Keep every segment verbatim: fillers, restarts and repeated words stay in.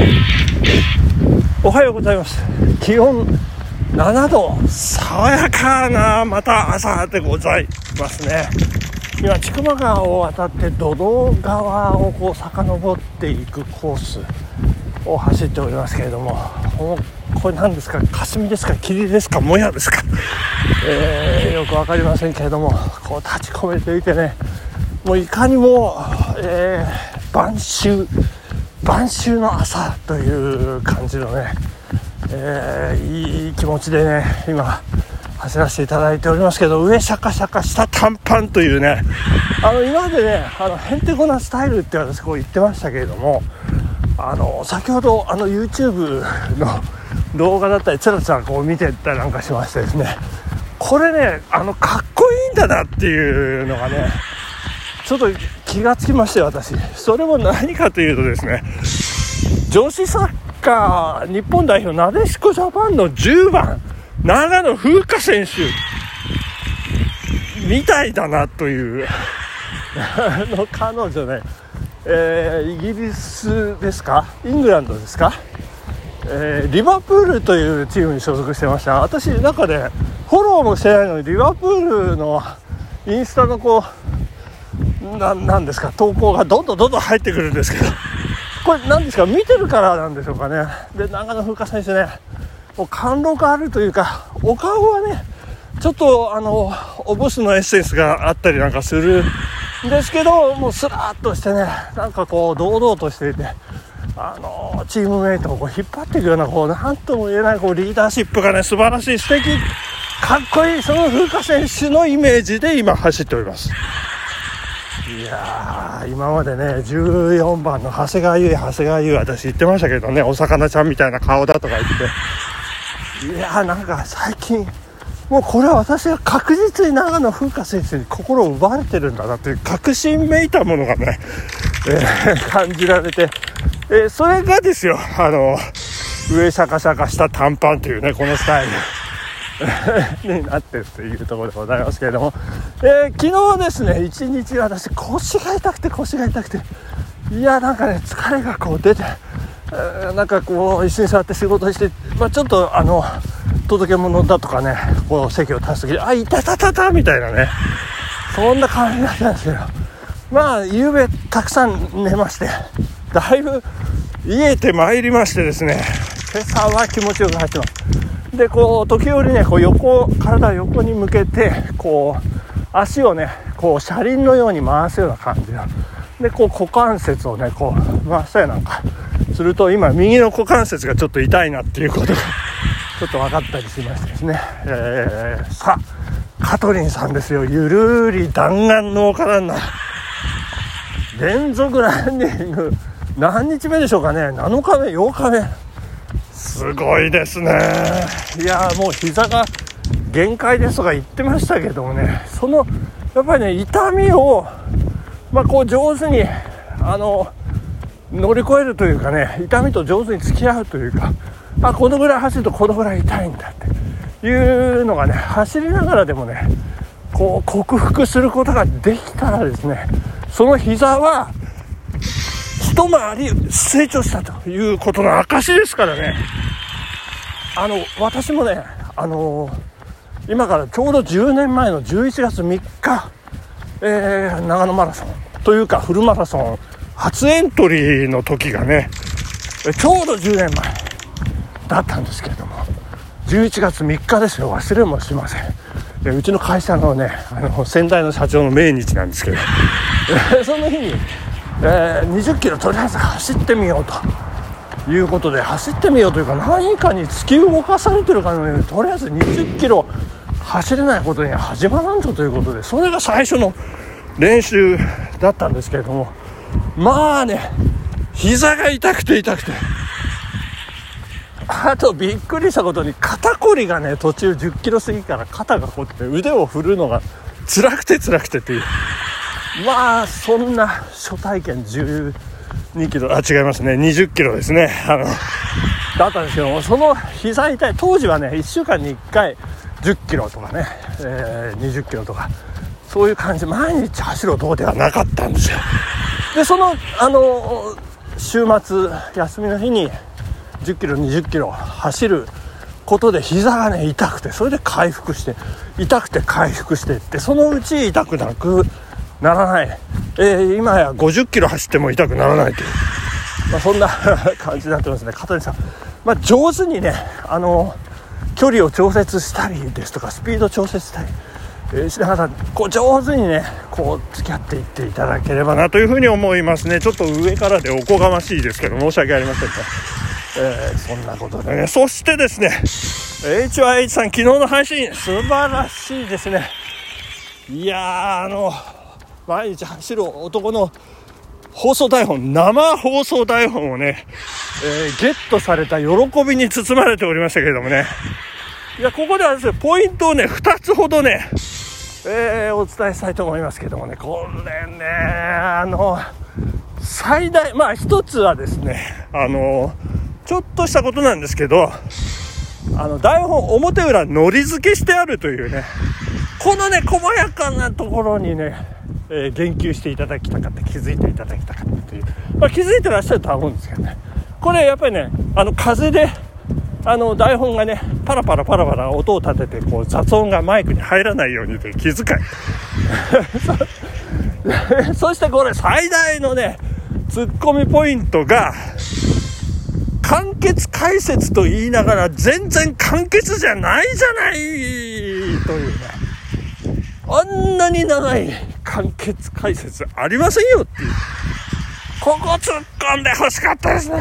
おはようございます。気温ななど、爽やかなまた朝でございますね。今千曲川を渡って土戸川をこう遡っていくコースを走っておりますけれども、このこれ何ですか、霞ですか、霧ですか、もやですか、えー、よく分かりませんけれども、こう立ち込めていてね、もういかにも、えー、晩秋晩秋の朝という感じのね、えー、いい気持ちでね今走らせていただいておりますけど、上シャカシャカ下短パンというね、あの今までねあのへんてこなスタイルって私こう言ってましたけれども、あの先ほどあの YouTube の動画だったりつらつらこう見てったりなんかしましてですね、これねあのかっこいいんだなっていうのがねちょっと気がつきまして、私それも何かというとですね、女子サッカー日本代表なでしこジャパンのじゅうばん長野風花選手みたいだなというあの彼女ね、えー、イギリスですかイングランドですか、えー、リバプールというチームに所属してました。私中でフォローもしてないのにリバプールのインスタのこうななんですか投稿がどんどんどんどん入ってくるんですけど、これ何ですか、見てるからなんでしょうかね。で長野風花選手ね、もう貫禄あるというか、お顔はねちょっとあのおボスのエッセンスがあったりなんかするんですけど、もうスラーっとしてね、なんかこう堂々としていて、あのチームメイトをこう引っ張っていくような、こうなんとも言えないこうリーダーシップがね素晴らしい、素敵、かっこいい、その風花選手のイメージで今走っております。いやー、今までねじゅうよんばんの長谷川優長谷川優私言ってましたけどね、お魚ちゃんみたいな顔だとか言って、いやーなんか最近もうこれは私は確実に長野風花選手に心を奪われてるんだなという確信めいたものがね、えー、感じられて、えー、それがですよ、あの上シャカシャカした短パンというねこのスタイルになってるというところでございますけれども、えー、昨日ですね一日私腰が痛くて腰が痛くていやなんかね疲れがこう出て、えー、なんかこう椅子に座って仕事して、まあ、ちょっとあの届け物だとかねこう席を立つ時にあいたたたたみたいなね、そんな感じだったんですけど、まあ夕べたくさん寝ましてだいぶ癒えてまいりましてですね、今朝は気持ちよく走ってます。でこう時折ねこう横体を横に向けてこう足をねこう車輪のように回すような感じで、こう股関節をねこう回したりなんかすると、今右の股関節がちょっと痛いなっていうことがちょっと分かったりしましてですね、えー、さあカトリンさんですよ、ゆるり弾丸農家ランナー連続ランニング何日目でしょうかね、なのかめようかめ、すごいですね。いやもう膝が限界ですとか言ってましたけどもね、そのやっぱりね痛みをまあこう上手にあの乗り越えるというかね、痛みと上手に付き合うというか、あこのぐらい走るとこのぐらい痛いんだっていうのがね、走りながらでもねこう克服することができたらですね、その膝は一回り成長したということの証ですからね。あの私もねあのー、今からちょうどじゅうねんまえのじゅういちがつみっか、えー、長野マラソンというかフルマラソン初エントリーの時がねちょうどじゅうねんまえだったんですけれども、じゅういちがつみっかですよ、忘れもしません。でうちの会社のねあの先代の社長の命日なんですけどその日に、えー、にじゅっキロとりあえず走ってみようということで、走ってみようというか何かに突き動かされてるかのようにとりあえずにじゅっキロ走れないことには始まらんぞということで、それが最初の練習だったんですけれども、まあね膝が痛くて痛くて、あとびっくりしたことに肩こりがね途中じゅっキロ過ぎから肩が凝って腕を振るのが辛くて辛くてっていう、まあそんな初体験じゅうにキロあ違いますねにじゅっキロですねあのだったんですけど、その膝痛い当時はねいっしゅうかんにいっかいじゅっキロとかね、えー、にじゅっキロとかそういう感じ毎日走ろうとではなかったんですよ。でそのあの週末休みの日にじゅっキロにじゅっキロ走ることで膝がね痛くて、それで回復して痛くて回復していって、そのうち痛くなくならない、えー、今やごじゅっキロ走っても痛くならないという、まあ、そんな感じになってますね。香取さん、まあ、上手にねあの距離を調節したりですとかスピード調節したり、えー、しながらこう上手にねこう付き合っていっていただければなというふうに思いますね。ちょっと上からでおこがましいですけど申し訳ありませんが、えー、そんなことでね。そしてですね エイチワイエイチ さん昨日の配信素晴らしいですね。いやーあの毎日走る男の放送台本、生放送台本をね、えー、ゲットされた喜びに包まれておりましたけれどもね。いやここではですねポイントをねふたつほどね、えー、お伝えしたいと思いますけどもね、これねあの最大まあ一つはですねあのちょっとしたことなんですけど、あの台本表裏のり付けしてあるというね、このね細やかなところにね、えー、言及していただきたかった、気づいていただきたかったという、まあ、気づいてらっしゃるとは思うんですけどね、これやっぱりねあの風であの台本がねパラパラパラパラ音を立ててこう雑音がマイクに入らないようにという気遣いそ, そしてこれ最大のねツッコミポイントが、完結解説と言いながら全然完結じゃないじゃないというね、あんなに長い完結解説ありませんよっていう、ここ突っ込んで欲しかったですね。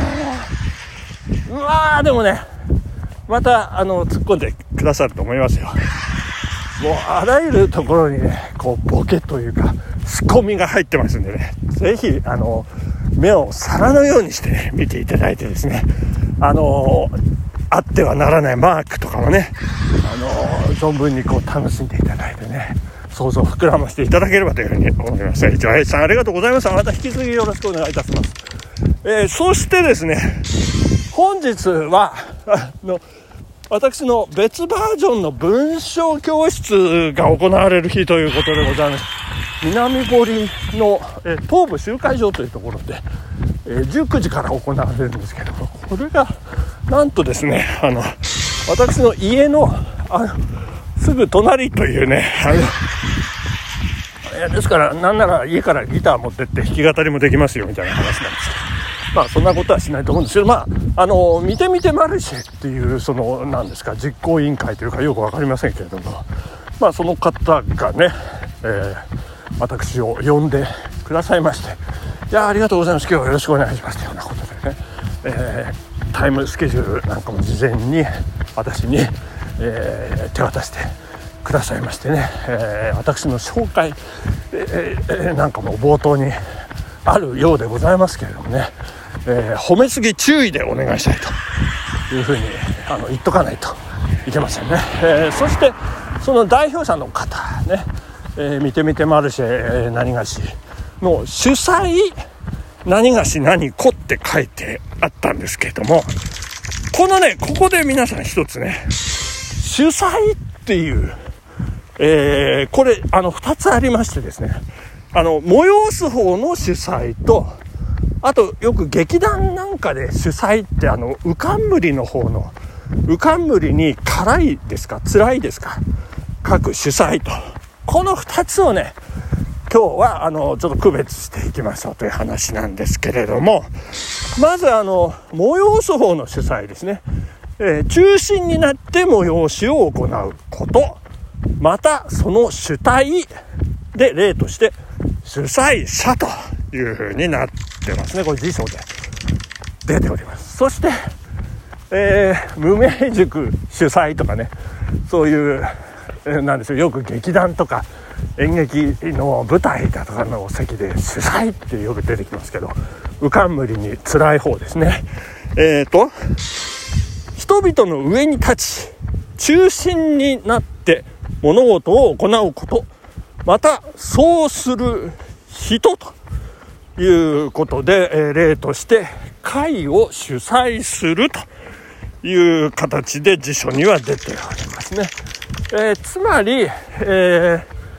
まあでもねまたあの突っ込んでくださると思いますよ。もうあらゆるところにねこうボケというかツッコミが入ってますんでね、ぜひあの目を皿のようにして、ね、見ていただいてですね、あのあってはならないマークとかもね、あの存分にこう楽しんでいただいてね、想像を膨らませていただければというふうに思います。一応エイチさんありがとうございます。また引き続きよろしくお願いいたします。えー、そしてですね本日はあの私の別バージョンの文章教室が行われる日ということでございます。南堀の、えー、東部集会場というところで、えー、じゅうくじから行われるんですけども、これがなんとですねあの私の家のあのすぐ隣というね、あのいやですからなんなら家からギター持ってって弾き語りもできますよみたいな話なんですけど、まあそんなことはしないと思うんですけど、まああの見てみてマルシェっていうその何ですか実行委員会というかよく分かりませんけれども、まあその方がね、えー、私を呼んでくださいまして、いやありがとうございます、今日はよろしくお願いしますというようなことでね、えー、タイムスケジュールなんかも事前に私に、えー、手渡してくださいましてね、えー、私の紹介、えー、なんかも冒頭にあるようでございますけれどもね、えー、褒めすぎ注意でお願いしたいというふうにあの言っとかないといけませんね。えー、そしてその代表者の方ね、えー、見てみてマルシェ、えー、何がしの主催何がし何子って書いてあったんですけれども、このねここで皆さん一つね主催っていう、えー、これあのふたつありましてですね、あの催す方の主催と、あとよく劇団なんかで主催ってあのうかんむりの方のうかんむりに辛いですか辛いですか書く主催と、このふたつをね今日はあのちょっと区別していきましょうという話なんですけれども、まずあの催す方の主催ですね、えー、中心になって催しを行うこと、またその主体で例として主催者という風になってますね。これ辞書で出ております。そして、えー、無名塾主催とかね、そういう、えー、なんですよ、よく劇団とか演劇の舞台だとかの席で主催ってよく出てきますけど、うかんむりに辛い方ですね。えーと人々の上に立ち中心になって物事を行うこと、またそうする人ということで、えー、例として会を主催するという形で辞書には出ておりますね。えー、つまり、えー、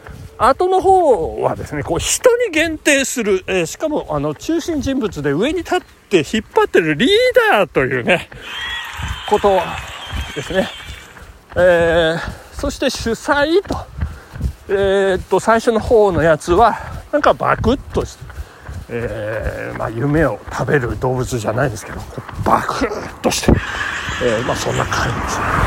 後の方はですね、こう人に限定する、えー、しかもあの中心人物で上に立って引っ張ってるリーダーというねことですね。えー、そして主催と、えー、っと最初の方のやつはなんかバクッとして、えーまあ、夢を食べる動物じゃないですけどバクッとして、えーまあ、そんな感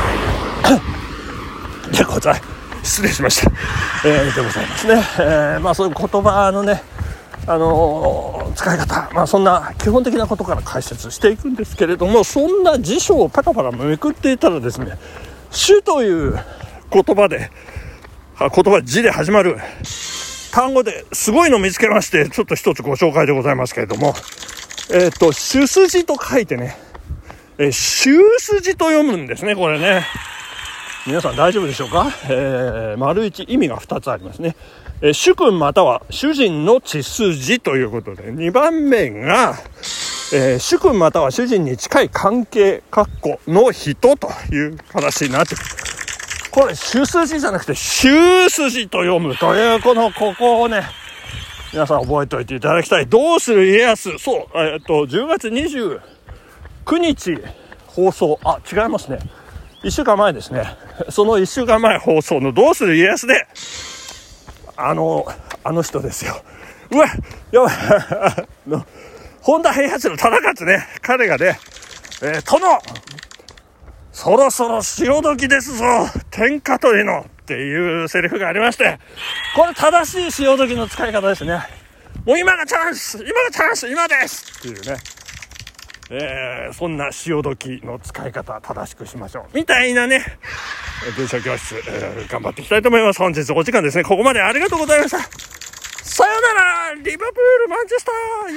じでござい失礼しました、えー、でございますね。えーまあ、そういう言葉のね、あのー、使い方、まあ、そんな基本的なことから解説していくんですけれども、そんな辞書をパカパカめくっていたらですね、主という言葉で言葉字で始まる単語ですごいの見つけまして、ちょっと一つご紹介でございますけれども、えっと主筋と書いてね、えー、主筋と読むんですね。これね、皆さん大丈夫でしょうか。えー、丸一意味がふたつありますね。えー、主君または主人の血筋ということで、にばんめが、えー、主君または主人に近い関係括弧の人という話になってくる。これ主筋じゃなくて主筋と読むというこのここをね、皆さん覚えておいていただきたい。どうする家康、そう、えー、っとじゅうがつにじゅうくにち放送、あ違いますね、いっしゅうかんまえですね。そのいっしゅうかんまえ放送のどうする家康で、あのあの人ですよ。うわやばいの本田平八郎忠勝ね、彼がね、えー、殿そろそろ潮時ですぞ天下取りのっていうセリフがありまして、これ正しい潮時の使い方ですね。もう今がチャンス、今がチャンス、今ですっていうね、えー、そんな潮時の使い方正しくしましょうみたいなね、文章教室、えー、頑張っていきたいと思います。本日お時間ですね、ここまでありがとうございました。さよなら。リバプールマンチェスター